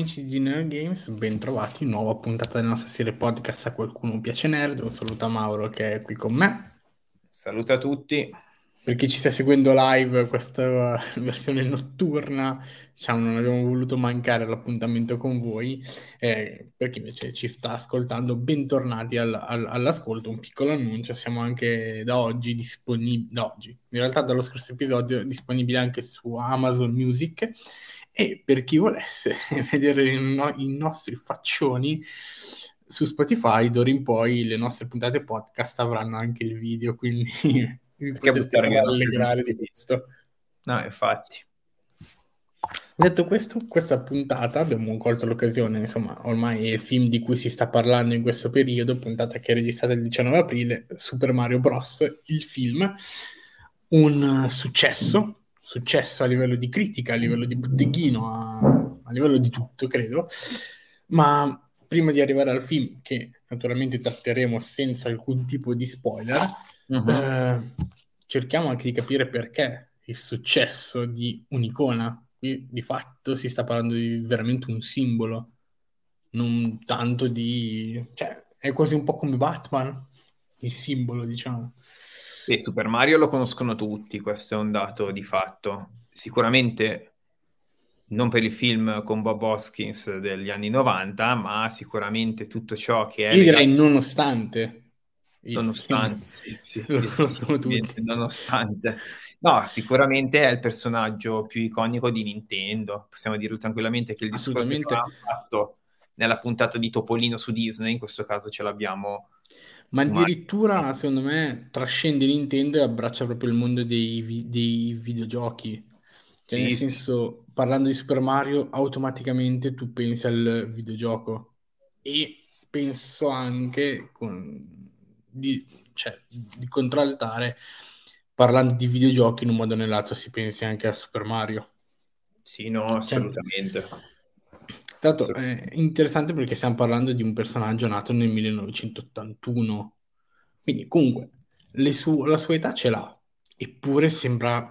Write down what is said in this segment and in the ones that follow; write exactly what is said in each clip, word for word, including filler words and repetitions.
amici di Nerd Games, bentrovati, nuova puntata della nostra serie podcast A Qualcuno Piace Nerd. Un saluto a Mauro che è qui con me. Saluto a tutti. Per chi ci sta seguendo live, questa versione notturna, diciamo, non abbiamo voluto mancare all'appuntamento con voi. Eh, per chi invece ci sta ascoltando, bentornati al- al- all'ascolto. Un piccolo annuncio: siamo anche da oggi disponibili, da oggi, in realtà dallo scorso episodio, disponibili anche su Amazon Music. E per chi volesse vedere i, no- i nostri faccioni su Spotify, d'ora in poi le nostre puntate podcast avranno anche il video, quindi vi Perché potrete buttare via un'occasione rallegrare di così? questo. No, infatti. Detto questo, questa puntata abbiamo colto l'occasione, insomma, ormai è il film di cui si sta parlando in questo periodo, puntata che è registrata il diciannove aprile, Super Mario Bros., il film, un uh, successo, successo a livello di critica, a livello di botteghino, a, a livello di tutto, credo, ma prima di arrivare al film, che naturalmente tratteremo senza alcun tipo di spoiler, Mhm. eh, cerchiamo anche di capire perché il successo di un'icona. Qui di fatto si sta parlando di veramente un simbolo, non tanto di... cioè, è quasi un po' come Batman, il simbolo, diciamo. Sì, Super Mario lo conoscono tutti, questo è un dato di fatto. Sicuramente non per il film con Bob Hoskins degli anni novanta, ma sicuramente tutto ciò che è Io direi legato, nonostante il film, nonostante, sì, sì, lo conoscono esattamente, tutti. nonostante. No, sicuramente è il personaggio più iconico di Nintendo. Possiamo dire tranquillamente che il discorso che Assolutamente. avevamo fatto nella puntata di Topolino su Disney, in questo caso ce l'abbiamo Ma su Mario. addirittura, secondo me, trascende Nintendo e abbraccia proprio il mondo dei, vi- dei videogiochi. Cioè, nel Sì, sì, senso, parlando di Super Mario, automaticamente tu pensi al videogioco. E penso anche con- di, cioè, di contraltare, parlando di videogiochi in un modo o nell'altro, si pensi anche a Super Mario. sì, no, Cioè, assolutamente. tra l'altro Assolut- è interessante perché stiamo parlando di un personaggio nato nel millenovecentottantuno, quindi comunque le su- la sua età ce l'ha, eppure sembra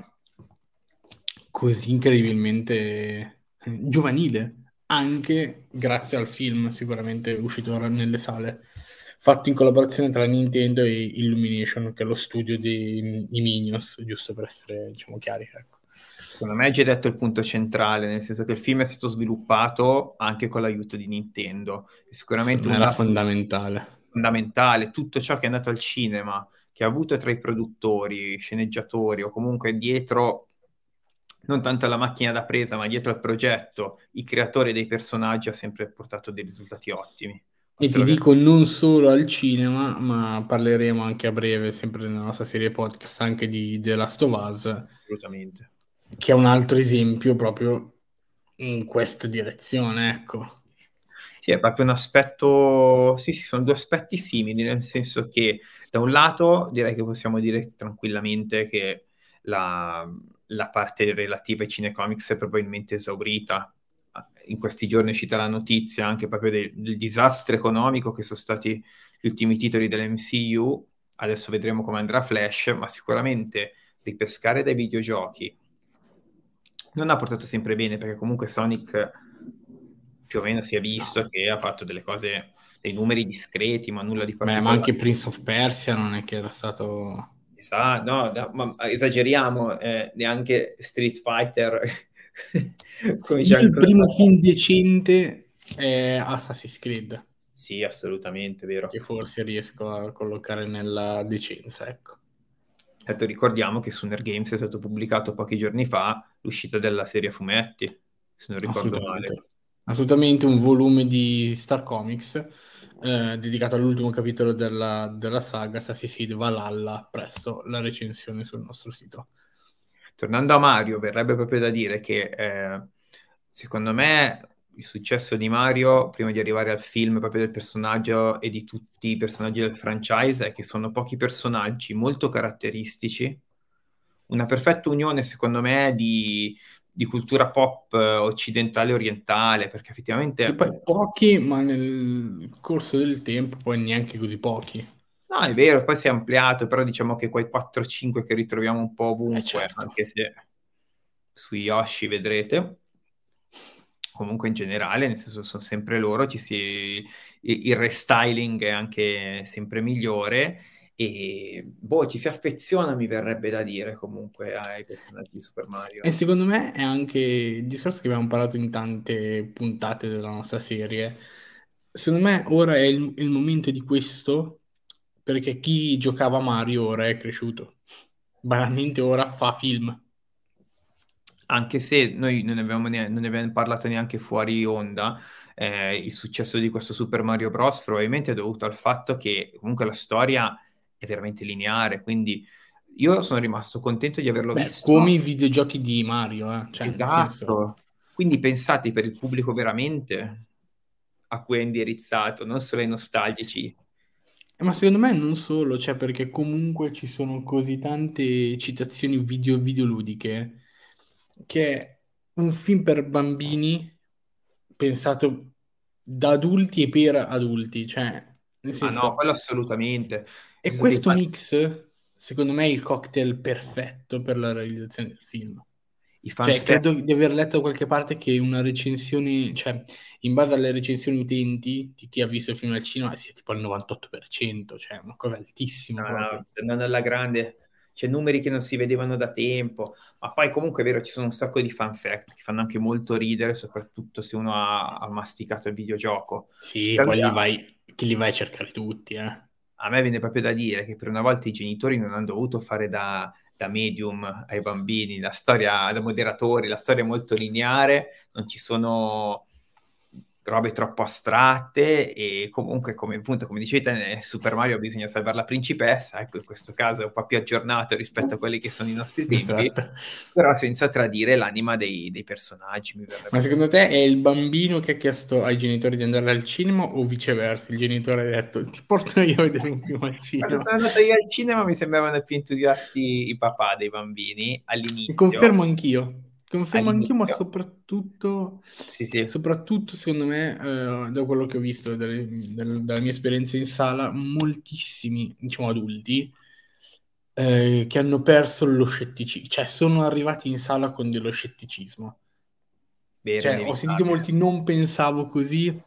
così incredibilmente eh, giovanile, anche grazie al film sicuramente uscito ora nelle sale, fatto in collaborazione tra Nintendo e Illumination, che è lo studio dei i Minions, giusto per essere, diciamo, chiari, ecco. Secondo me hai già detto il punto centrale, nel senso che il film è stato sviluppato anche con l'aiuto di Nintendo. È sicuramente Secondo me un era dato fondamentale. fondamentale. Tutto ciò che è andato al cinema, che ha avuto tra i produttori, sceneggiatori o comunque dietro, non tanto alla macchina da presa, ma dietro al progetto, i creatori dei personaggi ha sempre portato dei risultati ottimi. E Questo ti l'abbiamo dico non solo al cinema, ma parleremo anche a breve, sempre nella nostra serie podcast, anche di The Last of Us, assolutamente. che è un altro esempio proprio in questa direzione, ecco. Sì, è proprio un aspetto, sì, sì, sono due aspetti simili, nel senso che da un lato direi che possiamo dire tranquillamente che la, la parte relativa ai cinecomics è probabilmente esaurita. In questi giorni è uscita la notizia anche proprio del, del disastro economico che sono stati gli ultimi titoli dell'M C U. Adesso vedremo come andrà Flash, ma sicuramente ripescare dai videogiochi non ha portato sempre bene, perché comunque Sonic più o meno si è No. visto che ha fatto delle cose, dei numeri discreti, ma nulla di Beh, ma anche particolare. Prince of Persia non è che era stato... Sa- no, no, ma esageriamo, eh, neanche Street Fighter come Il Jean-Claude. primo film decente è Assassin's Creed, Sì, assolutamente, vero. che forse riesco a collocare nella decenza, ecco. Certo, ricordiamo che su Nerd Games è stato pubblicato pochi giorni fa l'uscita della serie a fumetti, se non ricordo male. Assolutamente. Assolutamente un volume di Star Comics eh, dedicato all'ultimo capitolo della, della saga Assassin's Creed Valhalla, presto la recensione sul nostro sito. Tornando a Mario, verrebbe proprio da dire che eh, secondo me il successo di Mario, prima di arrivare al film proprio del personaggio e di tutti i personaggi del franchise, è che sono pochi personaggi molto caratteristici, una perfetta unione, secondo me, di, di cultura pop eh, occidentale e orientale, perché E effettivamente, poi pochi, ma nel corso del tempo poi neanche così pochi. no, è vero, poi si è ampliato, però diciamo che quei quattro cinque che ritroviamo un po' Eh ovunque, certo. anche se sui Yoshi vedrete. comunque in generale, nel senso sono sempre loro, ci si, il il restyling è anche sempre migliore e boh, ci si affeziona, mi verrebbe da dire comunque ai personaggi di Super E Mario. secondo me è anche il discorso che abbiamo parlato in tante puntate della nostra serie. Secondo me ora è il, il momento di questo perché chi giocava a Mario ora è cresciuto. Banalmente ora fa film. Anche se noi non ne abbiamo, ne- non ne abbiamo parlato neanche fuori onda, eh, il successo di questo Super Mario Bros. Probabilmente è dovuto al fatto che comunque la storia è veramente lineare, quindi io sono rimasto contento di averlo Beh, come i visto. videogiochi di Mario, eh. Cioè, nel senso. Esatto. Quindi pensate per il pubblico veramente a cui è indirizzato, non solo ai nostalgici. Ma secondo me non solo, cioè perché comunque ci sono così tante citazioni video videoludiche che è un film per bambini pensato da adulti e per adulti, cioè nel Ah no, senso, quello assolutamente. Nel e senso che questo infatti mix secondo me è il cocktail perfetto per la realizzazione del film. i fan Cioè, credo di aver letto da qualche parte che una recensione, cioè, in base alle recensioni utenti di chi ha visto il film al cinema, sia tipo al novantotto per cento, cioè una cosa altissima no, proprio. no, non alla grande, c'è numeri che non si vedevano da tempo, ma poi comunque è vero, ci sono un sacco di fan fact che fanno anche molto ridere, soprattutto se uno ha, ha masticato il videogioco. Sì, poi li Tuttavia, vai, che li vai a cercare tutti, eh. a me viene proprio da dire che per una volta i genitori non hanno dovuto fare da, da medium ai bambini, la storia da moderatori, la storia è molto lineare, non ci sono robe troppo astratte e comunque come appunto come dicevi te, nel Super Mario bisogna salvare la principessa, ecco in questo caso è un po' più aggiornato rispetto a quelli che sono i nostri tempi, Esatto. però senza tradire l'anima dei, dei personaggi, mi Ma verrebbe da secondo te è il bambino che ha chiesto ai genitori di andare al cinema o viceversa? Il genitore ha detto ti porto io a vedere un film al Quando cinema. sono andato io al cinema mi sembravano più entusiasti i papà dei bambini E all'inizio. confermo anch'io, confermo anch'io, ma All'inizio. soprattutto, Sì, sì. soprattutto secondo me, eh, da quello che ho visto dalle- dal- dalla mia esperienza in sala, moltissimi, diciamo, adulti eh, che hanno perso lo scetticismo, cioè sono arrivati in sala con dello scetticismo. Vero, Cioè, ho sentito inevitabile. molti non pensavo così.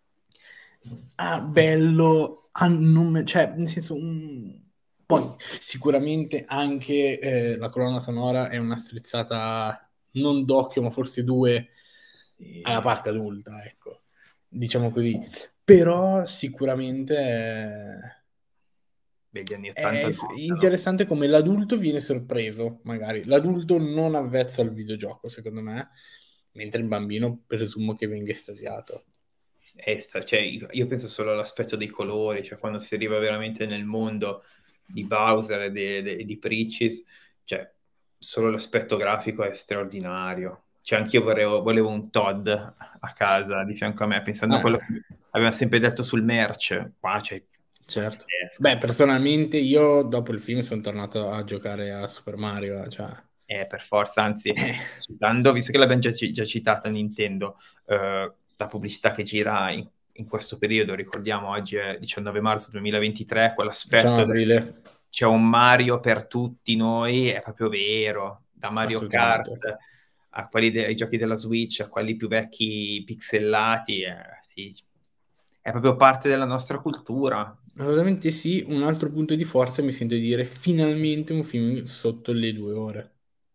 Ah, bello, ah, non me- cioè, nel senso, mm, poi sicuramente anche eh, la colonna sonora è una strizzata non d'occhio, ma forse due alla Sì. parte adulta, ecco, diciamo così. Però sicuramente eh, Beh, gli anni è ottanta mancano. interessante come l'adulto viene sorpreso, magari. L'adulto non avvezzo al videogioco, secondo me, mentre il bambino presumo che venga estasiato. Esta, cioè, io io penso solo all'aspetto dei colori, cioè quando si arriva veramente nel mondo di Bowser e de- de- di Peaches, cioè solo l'aspetto grafico è straordinario. Cioè, anch'io volevo, volevo un Todd a casa di fianco a me, pensando a quello Ah, che aveva sempre detto sul merch. Qua c'è certo. Beh, pazzesco. personalmente io dopo il film sono tornato a giocare a Super Mario, cioè. Eh, per forza, anzi, Eh, citando, visto che l'abbiamo già, già citata Nintendo, eh, la pubblicità che gira in, in questo periodo, ricordiamo, oggi è diciannove marzo duemilaventitré, diciamo quell'aspetto del- aprile, c'è un Mario per tutti noi, è proprio vero, da Mario assolutamente. Kart a quelli de- ai giochi della Switch, a quelli più vecchi pixellati, eh, sì, è proprio parte della nostra cultura. Assolutamente sì, un altro punto di forza mi sento di dire finalmente un film sotto le due ore.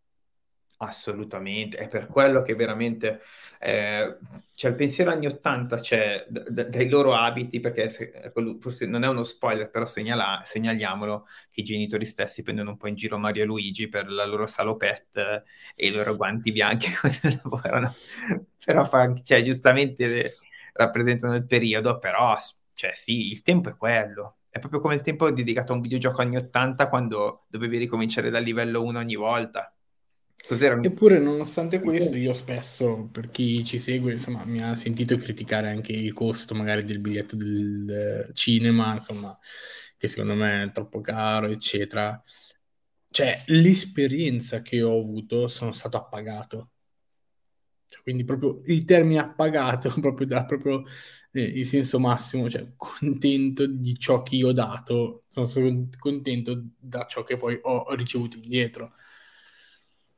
Assolutamente, è per quello che veramente eh, c'è il pensiero anni ottanta, c'è d- d- dai loro abiti, perché se- eh, quello- forse non è uno spoiler, però segnala- segnaliamolo che i genitori stessi prendono un po' in giro Mario e Luigi per la loro salopette e i loro guanti bianchi quando lavorano, però fa- cioè, giustamente eh, rappresentano il periodo, però cioè, sì, il tempo è quello. È proprio come il tempo dedicato a un videogioco anni ottanta quando dovevi ricominciare dal livello uno ogni volta. Cos'era? Eppure, nonostante questo, io spesso, per chi ci segue, insomma, mi ha sentito criticare anche il costo magari del biglietto del eh, cinema, insomma, che secondo me è troppo caro, eccetera. Cioè, l'esperienza che ho avuto sono stato appagato. Cioè, quindi proprio il termine appagato, proprio da proprio eh, il senso massimo, cioè contento di ciò che io ho dato, sono stato contento da ciò che poi ho ricevuto indietro.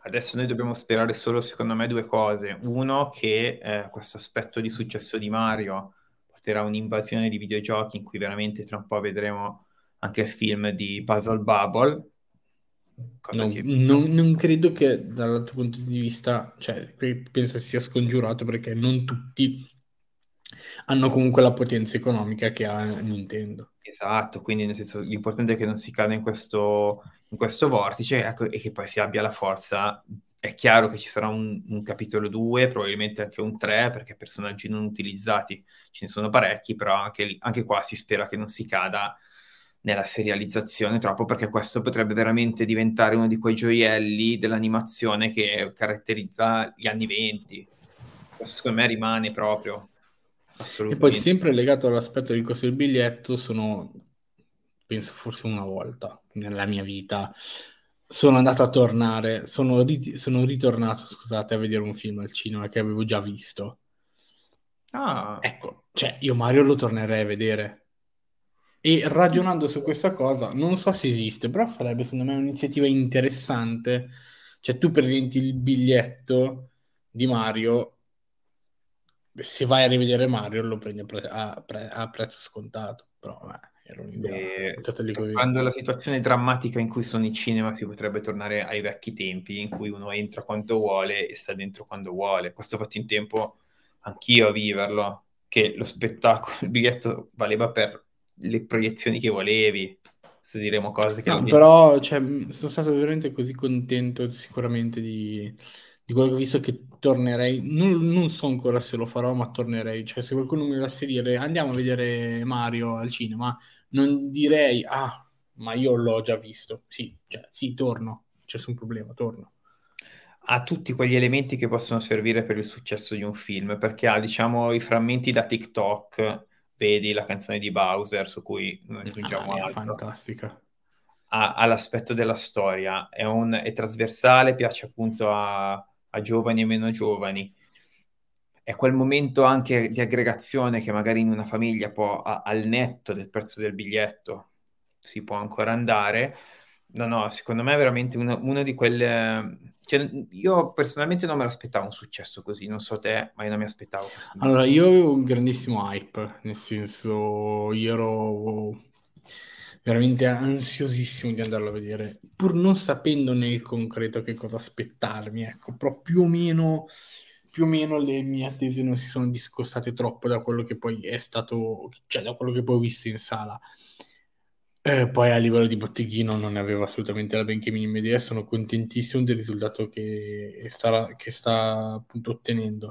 Adesso noi dobbiamo sperare solo, secondo me, due cose. Uno, che eh, questo aspetto di successo di Mario porterà un'invasione di videogiochi in cui veramente tra un po' vedremo anche il film di Puzzle Bubble, cosa No, che non, non credo che dall'altro punto di vista, cioè, qui penso sia scongiurato perché non tutti hanno comunque la potenza economica che ha Nintendo. esatto, quindi nel senso l'importante è che non si cada in questo, in questo vortice, ecco, e che poi si abbia la forza. È chiaro che ci sarà un, un capitolo due, probabilmente anche un tre, perché personaggi non utilizzati ce ne sono parecchi, però anche, lì- anche qua si spera che non si cada nella serializzazione troppo, perché questo potrebbe veramente diventare uno di quei gioielli dell'animazione che caratterizza gli anni venti. Questo secondo me rimane proprio, E poi assolutamente. sempre legato all'aspetto del costo del biglietto, sono, penso forse una volta nella mia vita, sono andato a tornare, sono, rit- sono ritornato, scusate, a vedere un film al cinema che avevo già visto. Ah, Ecco, cioè io Mario lo tornerei a vedere. E sì. ragionando su questa cosa, non so se esiste, però sarebbe secondo me un'iniziativa interessante. Cioè tu presenti il biglietto di Mario, se vai a rivedere Mario lo prendi a, pre- a pre- a prezzo scontato. Però vabbè, era un'idea Beh, buttata lì così. quando la situazione drammatica in cui sono i cinema si potrebbe tornare ai vecchi tempi in cui uno entra quando vuole e sta dentro quando vuole. Questo ho fatto in tempo anch'io a viverlo, che lo spettacolo, il biglietto valeva per le proiezioni che volevi, se diremo cose che non No, mi... però cioè, mh, sono stato veramente così contento sicuramente di, di quello che ho visto che tornerei. Non, non so ancora se lo farò, ma tornerei. Cioè, se qualcuno mi dovesse dire andiamo a vedere Mario al cinema, non direi ah, ma io l'ho già visto. Sì, cioè, sì, torno. C'è nessun problema, torno. Ha tutti quegli elementi che possono servire per il successo di un film, perché ha, diciamo, i frammenti da TikTok, vedi la canzone di Bowser, su cui non Mamma aggiungiamo mia, altro, fantastica. ha, ha l'aspetto della storia, è, un- è trasversale, piace appunto a, a giovani e meno giovani. È quel momento anche di aggregazione che magari in una famiglia può, a- al netto del prezzo del biglietto, si può ancora andare. No, no, secondo me è veramente uno, uno di quelle... Cioè, io personalmente non me l'aspettavo un successo così, non so te, ma io non mi aspettavo questo numero. Allora, io avevo un grandissimo hype, nel senso, io ero veramente ansiosissimo di andarlo a vedere, pur non sapendo nel concreto che cosa aspettarmi, ecco, però più o meno, più o meno le mie attese non si sono discostate troppo da quello che poi è stato, cioè da quello che poi ho visto in sala. Eh, poi a livello di botteghino non ne avevo assolutamente la benché minima idea, sono contentissimo del risultato che sta, che sta appunto ottenendo,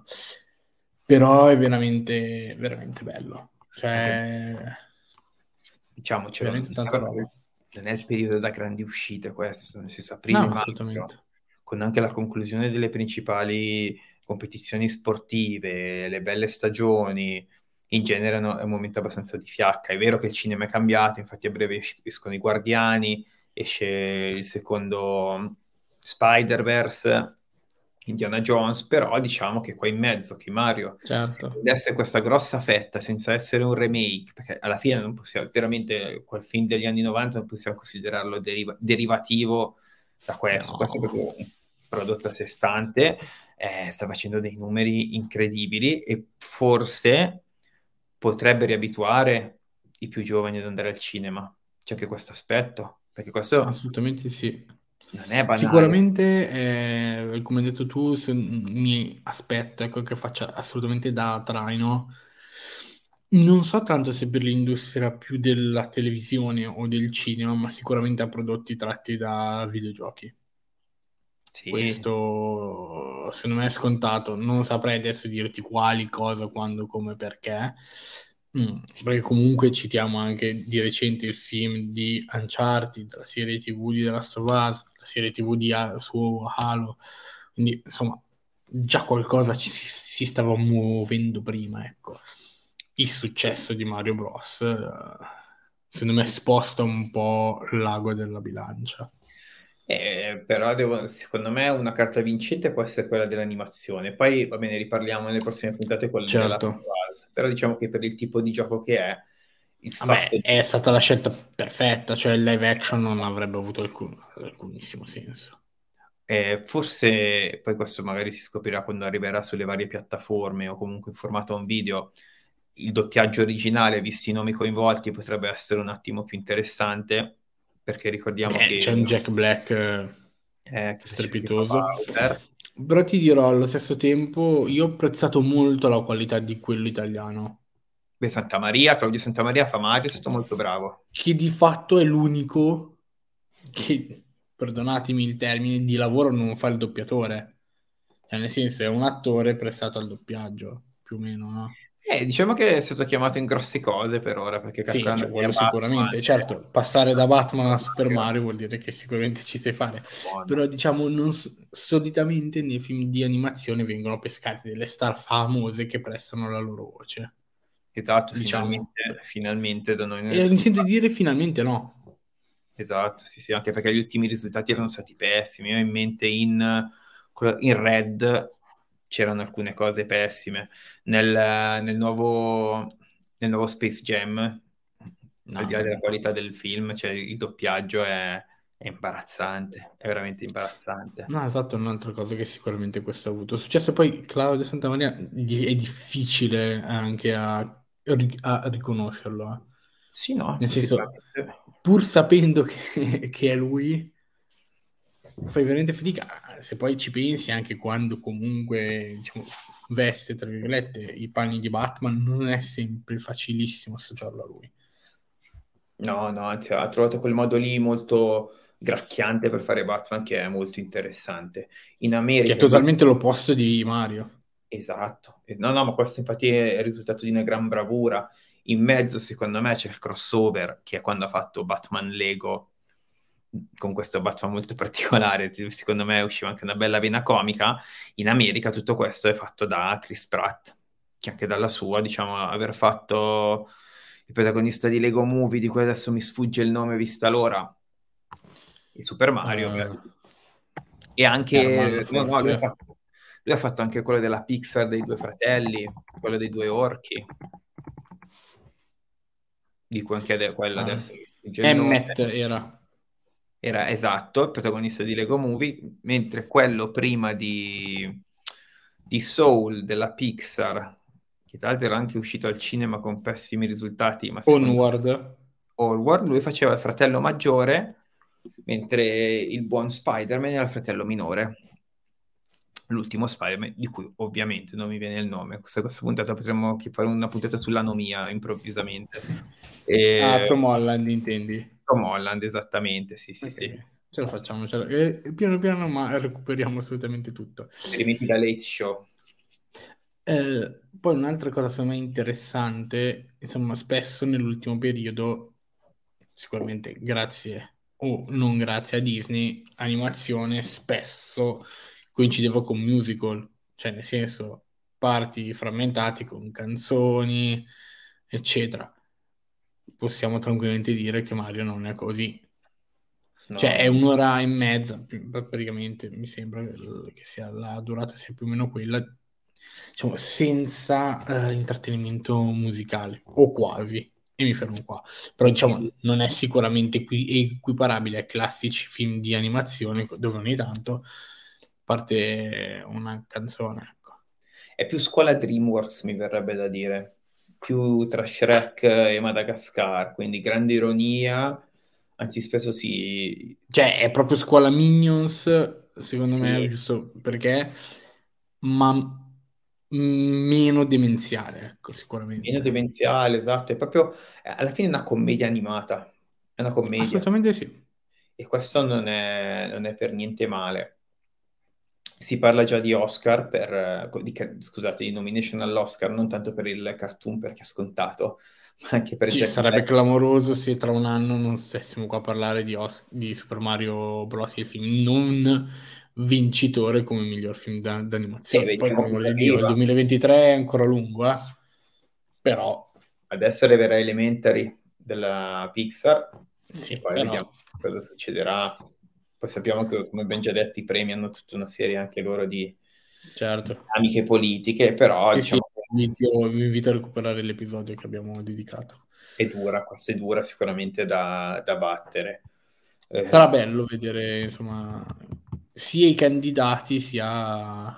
però è veramente, veramente bello, Anche, cioè diciamocelo, veramente tanta roba. non è il periodo da grandi uscite questo, nel senso No, aprile-maggio, assolutamente. con anche la conclusione delle principali competizioni sportive, le belle stagioni, in genere no- è un momento abbastanza di fiacca. È vero che il cinema è cambiato, infatti a breve es- escono i Guardiani, esce il secondo Spider-Verse, Indiana Jones, però diciamo che qua in mezzo, che Mario si Certo. prendesse questa grossa fetta senza essere un remake, perché alla fine non possiamo, veramente quel film degli anni novanta non possiamo considerarlo deriva- derivativo da questo, questo è No. proprio un prodotto a sé stante, eh, sta facendo dei numeri incredibili e forse potrebbe riabituare i più giovani ad andare al cinema. C'è anche questo aspetto, perché questo Assolutamente sì. non è banale. Sicuramente, eh, come hai detto tu, se- mi aspetto ecco, che faccia assolutamente da traino. Non so tanto se per l'industria più della televisione o del cinema, ma sicuramente a prodotti tratti da videogiochi. Sì, Questo secondo me è scontato. Non saprei adesso dirti quali, cosa, quando, come, perché. Mm, perché comunque citiamo anche di recente il film di Uncharted, la serie T V di The Last of Us, la serie T V di Ha- su Halo. Quindi, insomma, già qualcosa ci si, si stava muovendo prima, ecco. Il successo di Mario Bros. eh, secondo me sposta un po' l'ago della bilancia. Eh, però devo- secondo me una carta vincente può essere quella dell'animazione. Poi va bene, riparliamo nelle prossime puntate con The Last Certo. of Us. Però diciamo che per il tipo di gioco che è, il fatto Vabbè, di... è stata la scelta perfetta, cioè il live action non avrebbe avuto alcun, alcunissimo senso. Eh, forse poi questo magari si scoprirà quando arriverà sulle varie piattaforme o comunque in formato un video. Il doppiaggio originale, visti i nomi coinvolti, potrebbe essere un attimo più interessante, perché ricordiamo Beh, che, c'è un Jack Black eh, eh, che faceva di Papa strepitoso. Bowser. Però ti dirò allo stesso tempo, io ho apprezzato molto la qualità di quello italiano, Beh, Santa Maria, Claudio Santa Maria fa Mario, è stato molto bravo. che di fatto è l'unico che, perdonatemi il termine, di lavoro non fa il doppiatore. Cioè, nel senso, è un attore prestato al doppiaggio, più o meno, no? Eh, diciamo che è stato chiamato in grosse cose per ora, perché Sì, calcolando cioè, che è quello Batman, sicuramente. Certo, passare da Batman a Super Mario, Mario vuol dire che sicuramente ci sai fare. buono. Però, diciamo, non s- solitamente nei film di animazione vengono pescate delle star famose che prestano la loro voce, Esatto, diciamo. finalmente, finalmente da noi E mi nessuno. sento di dire finalmente no. Esatto, sì, sì, anche perché gli ultimi risultati erano stati pessimi. Io ho in mente in, in Red c'erano alcune cose pessime. Nel, nel nuovo, nel nuovo Space Jam, al No, di là della no. qualità del film, cioè il doppiaggio è, è imbarazzante, è veramente imbarazzante. No, esatto, è un'altra cosa che sicuramente questo ha avuto successo. Poi Claudio Santamaria di- è difficile anche a, a riconoscerlo. eh. Sì, no, Nel senso, effettivamente. pur sapendo che, che è lui, fai veramente fatica. Se poi ci pensi anche quando comunque diciamo, veste, tra virgolette, i panni di Batman, non è sempre facilissimo associarlo a lui. No, no, anzi, ha trovato quel modo lì molto gracchiante per fare Batman che è molto interessante. In Che è America invece. totalmente l'opposto di Mario. Esatto. Eh, No, no, ma questo infatti è il risultato di una gran bravura. In mezzo, secondo me, c'è il crossover, che è quando ha fatto Batman Lego, con questo Batman molto particolare. Secondo me usciva anche una bella vena comica. In America tutto questo è fatto da Chris Pratt, che anche dalla sua, diciamo, aver fatto il protagonista di Lego Movie, di cui adesso mi sfugge il nome vista l'ora, di Super Mario. beh. Uh, E Herman, anche, no, no, lui ha forse. fatto, lui ha fatto anche quello della Pixar dei due fratelli, quello dei due orchi, di cui anche ade- quello Ah. adesso mi sfugge il nome. Emmet era. Era esatto, il protagonista di Lego Movie, mentre quello prima di, di Soul della Pixar, che tra l'altro era anche uscito al cinema con pessimi risultati, ma secondo me Onward. Howard, lui faceva il fratello maggiore, mentre il buon Spider-Man era il fratello minore. L'ultimo Spider-Man, di cui ovviamente non mi viene il nome. Questa, questa puntata potremmo chi- fare una puntata sull'anomia improvvisamente. Ah, E... Tom Holland intendi. Tom Holland, esattamente, sì, sì, Ok, sì. ce la facciamo. Ce la... eh, piano piano, ma recuperiamo assolutamente tutto. Rimetti da Late Show. Eh, poi un'altra cosa secondo me interessante, insomma, spesso nell'ultimo periodo, sicuramente grazie o non grazie a Disney, animazione spesso coincideva con musical, cioè nel senso parti frammentati con canzoni, eccetera. Possiamo tranquillamente dire che Mario non è così. Cioè No, è no. un'ora e mezza, più- praticamente, mi sembra che sia la durata sia più o meno quella, diciamo, senza eh, intrattenimento musicale, o quasi, e mi fermo qua. Però diciamo, non è sicuramente equi- equiparabile ai classici film di animazione dove ogni tanto parte una canzone, ecco. È più scuola DreamWorks, mi verrebbe da dire. Più tra Shrek e Madagascar, quindi grande ironia, anzi spesso si... Cioè, è proprio scuola Minions, secondo me, si giusto perché, ma m- meno demenziale, ecco, Meno sicuramente. demenziale, esatto, è proprio, eh, alla fine è una commedia animata, è una commedia, Assolutamente sì. e questo non è, non è per niente male. Si parla già di Oscar, per, eh, di ca- scusate, di nomination all'Oscar, non tanto per il cartoon perché è scontato, ma anche per Ci Jack sarebbe Black. clamoroso se tra un anno non stessimo qua a parlare di, Os- di Super Mario Bros. Il film non vincitore come miglior film da- E d'animazione. Poi, vediamo per chi amor ci di Dio, il arriva. duemilaventitré è ancora lungo, eh? Però, Adesso arriverà Elementary della Pixar e sì, poi vediamo però, cosa succederà. Poi sappiamo che, come ben già detto, i premi hanno tutta una serie anche loro di certo. dinamiche politiche, però Sì, sì, diciamo che vi invito, vi invito a recuperare l'episodio che abbiamo dedicato. è dura, questa è dura sicuramente da, da battere. Sarà Eh, bello vedere, insomma, sia i candidati sia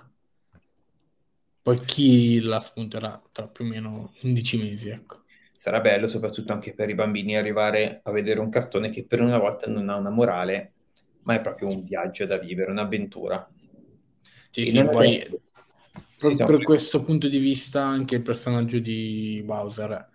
poi chi la spunterà tra più o meno undici mesi, ecco. Sarà bello soprattutto anche per i bambini arrivare a vedere un cartone che per una volta non ha una morale, ma è proprio un viaggio da vivere, un'avventura. Sì, E sì, non è poi detto. Sì, proprio siamo... per questo punto di vista anche il personaggio di Bowser,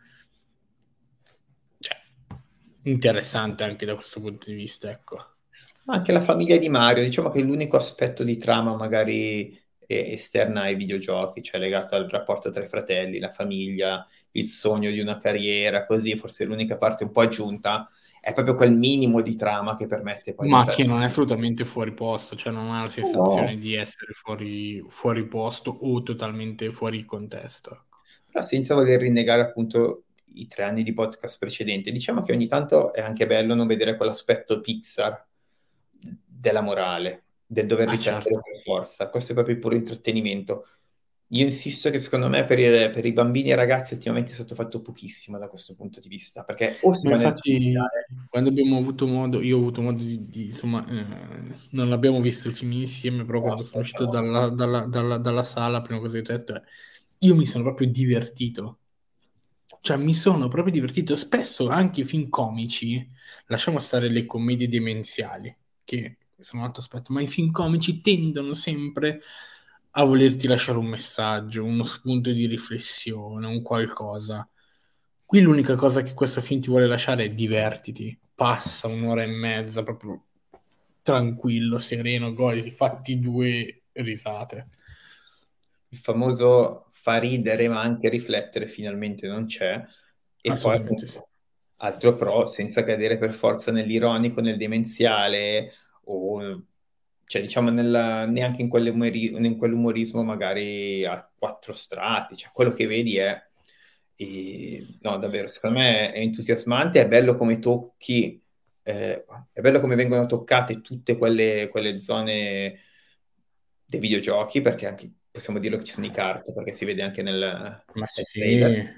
cioè, interessante anche da questo punto di vista, ecco. Anche la famiglia di Mario, diciamo che è l'unico aspetto di trama magari eh, esterna ai videogiochi, cioè legato al rapporto tra i fratelli, la famiglia, il sogno di una carriera, così forse l'unica parte un po' aggiunta è proprio quel minimo di trama che permette poi di Ma fare... che non è assolutamente fuori posto, cioè non ha la sensazione No, di essere fuori, fuori posto o totalmente fuori contesto, ecco. però senza voler rinnegare appunto i tre anni di podcast precedenti, diciamo che ogni tanto è anche bello non vedere quell'aspetto Pixar della morale, del dover Ah, riflettere certo. per forza. Questo è proprio puro intrattenimento. Io insisto che secondo me per i, per i bambini e ragazzi ultimamente è stato fatto pochissimo da questo punto di vista, perché o si Ma va nel infatti, digitale, quando abbiamo avuto modo, io ho avuto modo di, di, insomma, eh, non l'abbiamo visto il film insieme, però no, quando sono aspetta, uscito no. dalla, dalla, dalla, dalla sala, la prima cosa che ho detto è, io mi sono proprio divertito. Cioè, mi sono proprio divertito. Spesso anche i film comici, lasciamo stare le commedie demenziali, che sono un altro aspetto, ma i film comici tendono sempre a volerti lasciare un messaggio, uno spunto di riflessione, un qualcosa. Qui l'unica cosa che questo film ti vuole lasciare è divertiti. Passa un'ora e mezza proprio tranquillo, sereno, goditi, fatti due risate. Il famoso fa ridere ma anche riflettere finalmente non c'è. E poi Assolutamente sì. appunto, altro pro, senza cadere per forza nell'ironico, nel demenziale o cioè diciamo nella- neanche in quell'umori- in quell'umorismo magari a quattro strati, cioè quello che vedi è e, no, davvero, secondo me è entusiasmante, è bello come tocchi, eh, è bello come vengono toccate tutte quelle, quelle zone dei videogiochi, perché anche possiamo dirlo che ci sono i kart, perché si vede anche nel, Ma nel trailer. sì,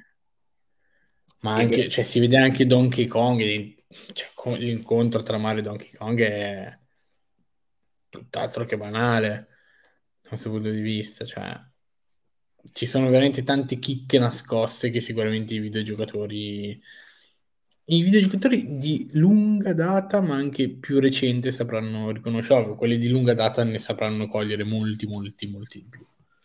ma E beh, anche, cioè, si vede anche Donkey Kong, e- cioè, co- l'incontro tra Mario e Donkey Kong è tutt'altro che banale da questo punto di vista, cioè, ci sono veramente tante chicche nascoste che sicuramente i videogiocatori, i videogiocatori di lunga data, ma anche più recente, sapranno riconoscere, quelli di lunga data ne sapranno cogliere molti, molti, molti di più,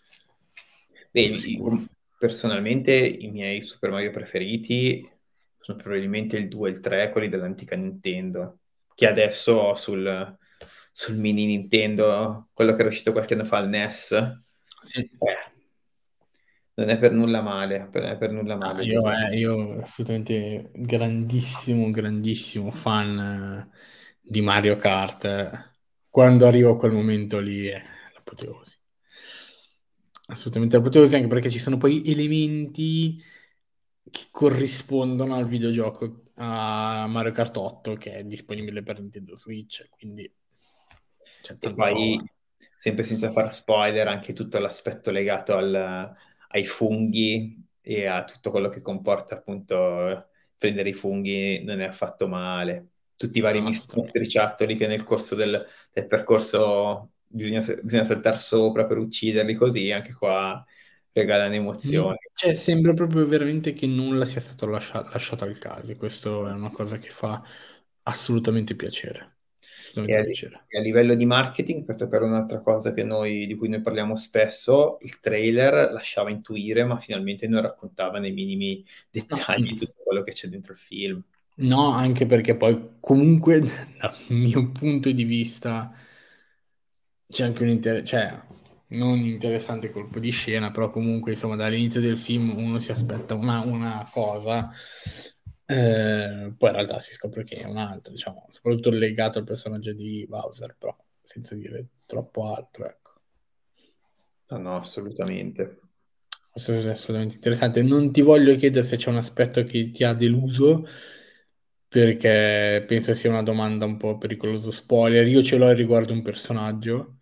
beh, quello sicuro. io- personalmente i miei Super Mario preferiti sono probabilmente il due e il tre, quelli dell'antica Nintendo, che adesso ho sul, sul mini Nintendo, quello che era uscito qualche anno fa al N E S. Sì. Eh, non è per nulla male, non è per nulla Ah, male. io, eh, io assolutamente grandissimo, grandissimo fan eh, di Mario Kart. eh. Quando arrivo a quel momento lì è l'apoteosi. Assolutamente l'apoteosi, anche perché ci sono poi elementi che corrispondono al videogioco a Mario Kart otto che è disponibile per Nintendo Switch, quindi c'è E tanta roba. poi, sempre senza fare spoiler, anche tutto l'aspetto legato al- ai funghi e a tutto quello che comporta appunto prendere i funghi non è affatto male. Tutti i vari No, mis- assolutamente. mostriciattoli che nel corso del, del percorso bisogna, bisogna saltare sopra per ucciderli, così anche qua regalano Mm, emozioni. Cioè, sembra proprio veramente che nulla sia stato lascia- lasciato al caso. E questo è una cosa che fa assolutamente piacere. E Assolutamente a, piacere. e a livello di marketing, per toccare un'altra cosa che noi- di cui noi parliamo spesso, il trailer lasciava intuire, ma finalmente non raccontava nei minimi No, dettagli mm, tutto quello che c'è dentro il film. no, anche perché poi comunque dal mio punto di vista c'è anche un inter- cioè non interessante colpo di scena, però comunque insomma dall'inizio del film uno si aspetta una, una cosa, eh, poi in realtà si scopre che è un'altra, diciamo, soprattutto legato al personaggio di Bowser, però senza dire troppo altro, ecco. No, no, assolutamente. Questo è assolutamente interessante. Non ti voglio chiedere se c'è un aspetto che ti ha deluso, perché penso sia una domanda un po' pericoloso spoiler. Io ce l'ho riguardo un personaggio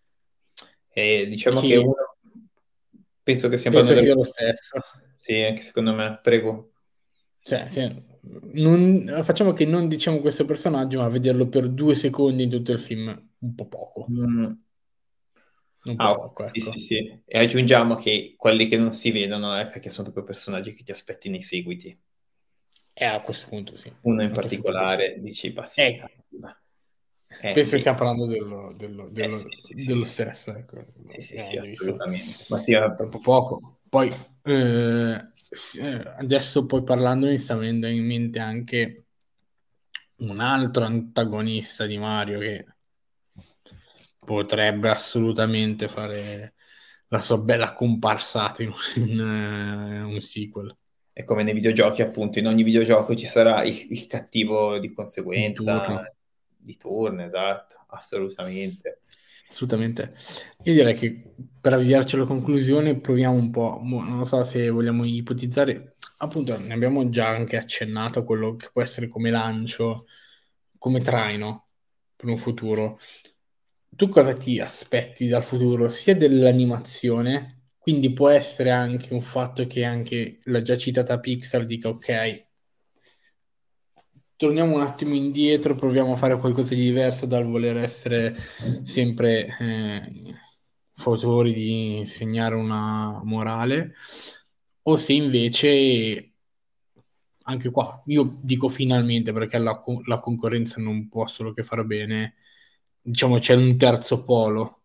E diciamo che che uno, penso che sia un penso panno che dello... sia lo stesso. Sì, anche secondo me, prego. Cioè, se- non- facciamo che non diciamo questo personaggio, ma vederlo per due secondi in tutto il film, un po' poco. Mm. Un po' Ah, poco, sì, sì, ecco. sì. E aggiungiamo che quelli che non si vedono è perché sono proprio personaggi che ti aspetti nei seguiti. E a questo punto sì. Uno in A questo punto sì. particolare dici, ma sì, Eh, arriva. Eh, penso che invece, stiamo parlando dello, dello- eh dello- sì, sì, sì, dello sì, sì, stesso, ecco. sì, sì, sì, Abbiamo visto assolutamente. Ma sì, eh, troppo poco. Poi, eh, s- eh, adesso poi parlando mi sta venendo in mente anche un altro antagonista di Mario che potrebbe assolutamente fare la sua bella comparsata in, in, eh, un sequel è come nei videogiochi, appunto, in ogni videogioco ci sarà il, il cattivo di di conseguenza, turno. di turno, esatto, assolutamente. Assolutamente. Io direi che per avviarci alla conclusione proviamo un po', mo- non so se vogliamo ipotizzare, appunto ne abbiamo già anche accennato a quello che può essere come lancio, come traino per un futuro. Tu cosa ti aspetti dal futuro? Sia dell'animazione, quindi può essere anche un fatto che anche la già citata Pixar dica ok, torniamo un attimo indietro, proviamo a fare qualcosa di diverso dal voler essere sempre eh, fautori di insegnare una morale, o se invece, anche qua, io dico finalmente perché la, co- la concorrenza non può solo che far bene, diciamo c'è un terzo polo.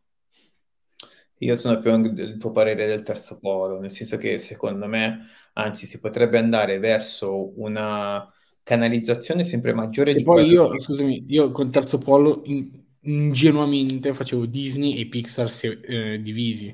Io sono più del tuo parere del terzo polo, nel senso che secondo me, anzi, si potrebbe andare verso una canalizzazione sempre maggiore E di poi quello io, che... scusami, io con terzo polo in- ingenuamente facevo Disney e Pixar se- eh, divisi.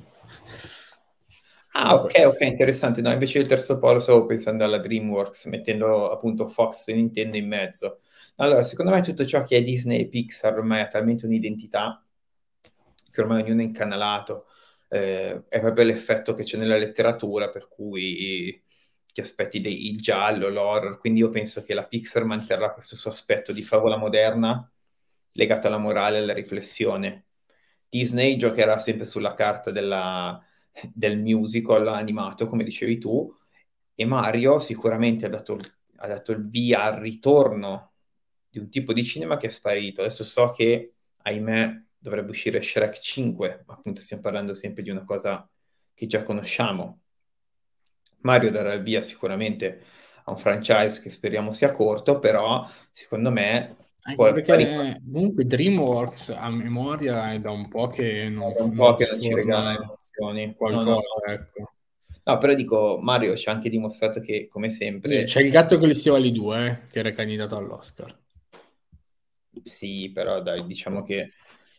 Ah, ok, Comunque, ok, interessante. No, invece del terzo polo stavo pensando alla DreamWorks, mettendo appunto Fox e Nintendo in mezzo. Allora, secondo me tutto ciò che è Disney e Pixar ormai ha talmente un'identità che ormai ognuno è incanalato. Eh, è proprio l'effetto che c'è nella letteratura, per cui ti aspetti dei- il giallo, l'horror. Quindi io penso che la Pixar manterrà questo suo aspetto di favola moderna legato alla morale e alla riflessione. Disney giocherà sempre sulla carta della- del musical animato, come dicevi tu, e Mario sicuramente ha dato, ha dato il via al ritorno di un tipo di cinema che è sparito. Adesso so che, ahimè, dovrebbe uscire Shrek cinque, ma appunto stiamo parlando sempre di una cosa che già conosciamo. Mario darà il via sicuramente a un franchise che speriamo sia corto, però secondo me anche può, può perché comunque DreamWorks a memoria è da un po' che non, è un po' non che non ci regala sforna emozioni. No, no, qualcosa, no. ecco. No, però dico, Mario ci ha anche dimostrato che, come Sì, sempre, c'è il gatto con gli stivali due, eh, che era candidato all'Oscar. sì, però dai, diciamo che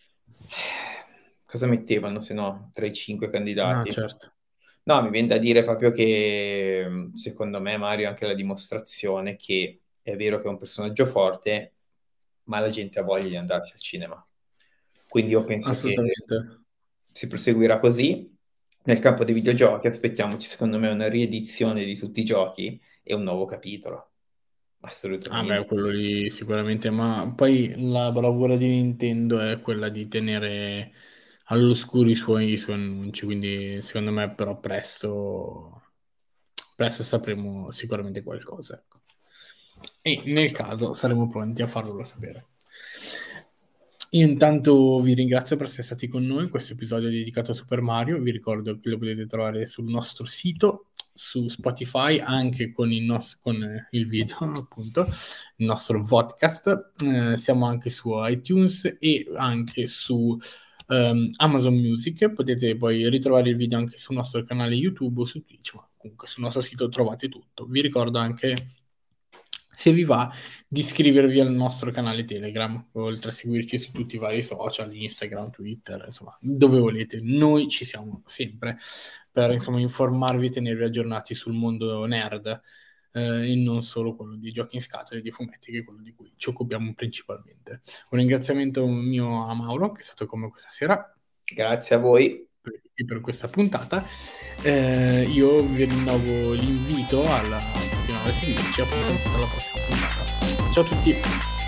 cosa mettevano se no tra i cinque Ah, candidati? certo. No, mi viene da dire proprio che mh, secondo me Mario è anche la dimostrazione che è vero che è un personaggio forte, ma la gente ha voglia di andarci al cinema. Quindi io penso che Assolutamente. si proseguirà così. Nel campo dei videogiochi aspettiamoci, secondo me, una riedizione di tutti i giochi e un nuovo capitolo. Ah beh, Assolutamente. quello lì sicuramente, ma poi la bravura di Nintendo è quella di tenere all'oscuro i suoi, i suoi annunci, quindi secondo me però presto, presto sapremo sicuramente qualcosa, ecco. E nel caso saremo pronti a farvelo sapere. Io intanto vi ringrazio per essere stati con noi in questo episodio dedicato a Super Mario. Vi ricordo che lo potete trovare sul nostro sito, su Spotify, anche con il, nos- con il video, appunto, il nostro podcast. Eh, siamo anche su iTunes e anche su um, Amazon Music. Potete poi ritrovare il video anche sul nostro canale YouTube o su Twitch, ma comunque sul nostro sito trovate tutto. Vi ricordo anche, se vi va, di iscrivervi al nostro canale Telegram, oltre a seguirci su tutti i vari social, Instagram, Twitter, insomma, dove volete. Noi ci siamo sempre per, insomma, informarvi e tenervi aggiornati sul mondo nerd, eh, e non solo quello di giochi in scatola e di fumetti, che è quello di cui ci occupiamo principalmente. Un ringraziamento mio a Mauro, che è stato con me questa sera Grazie a voi. per, per questa puntata. Eh, io vi rinnovo l'invito alla continuare a seguirci, appunto alla prossima puntata. Ciao a tutti.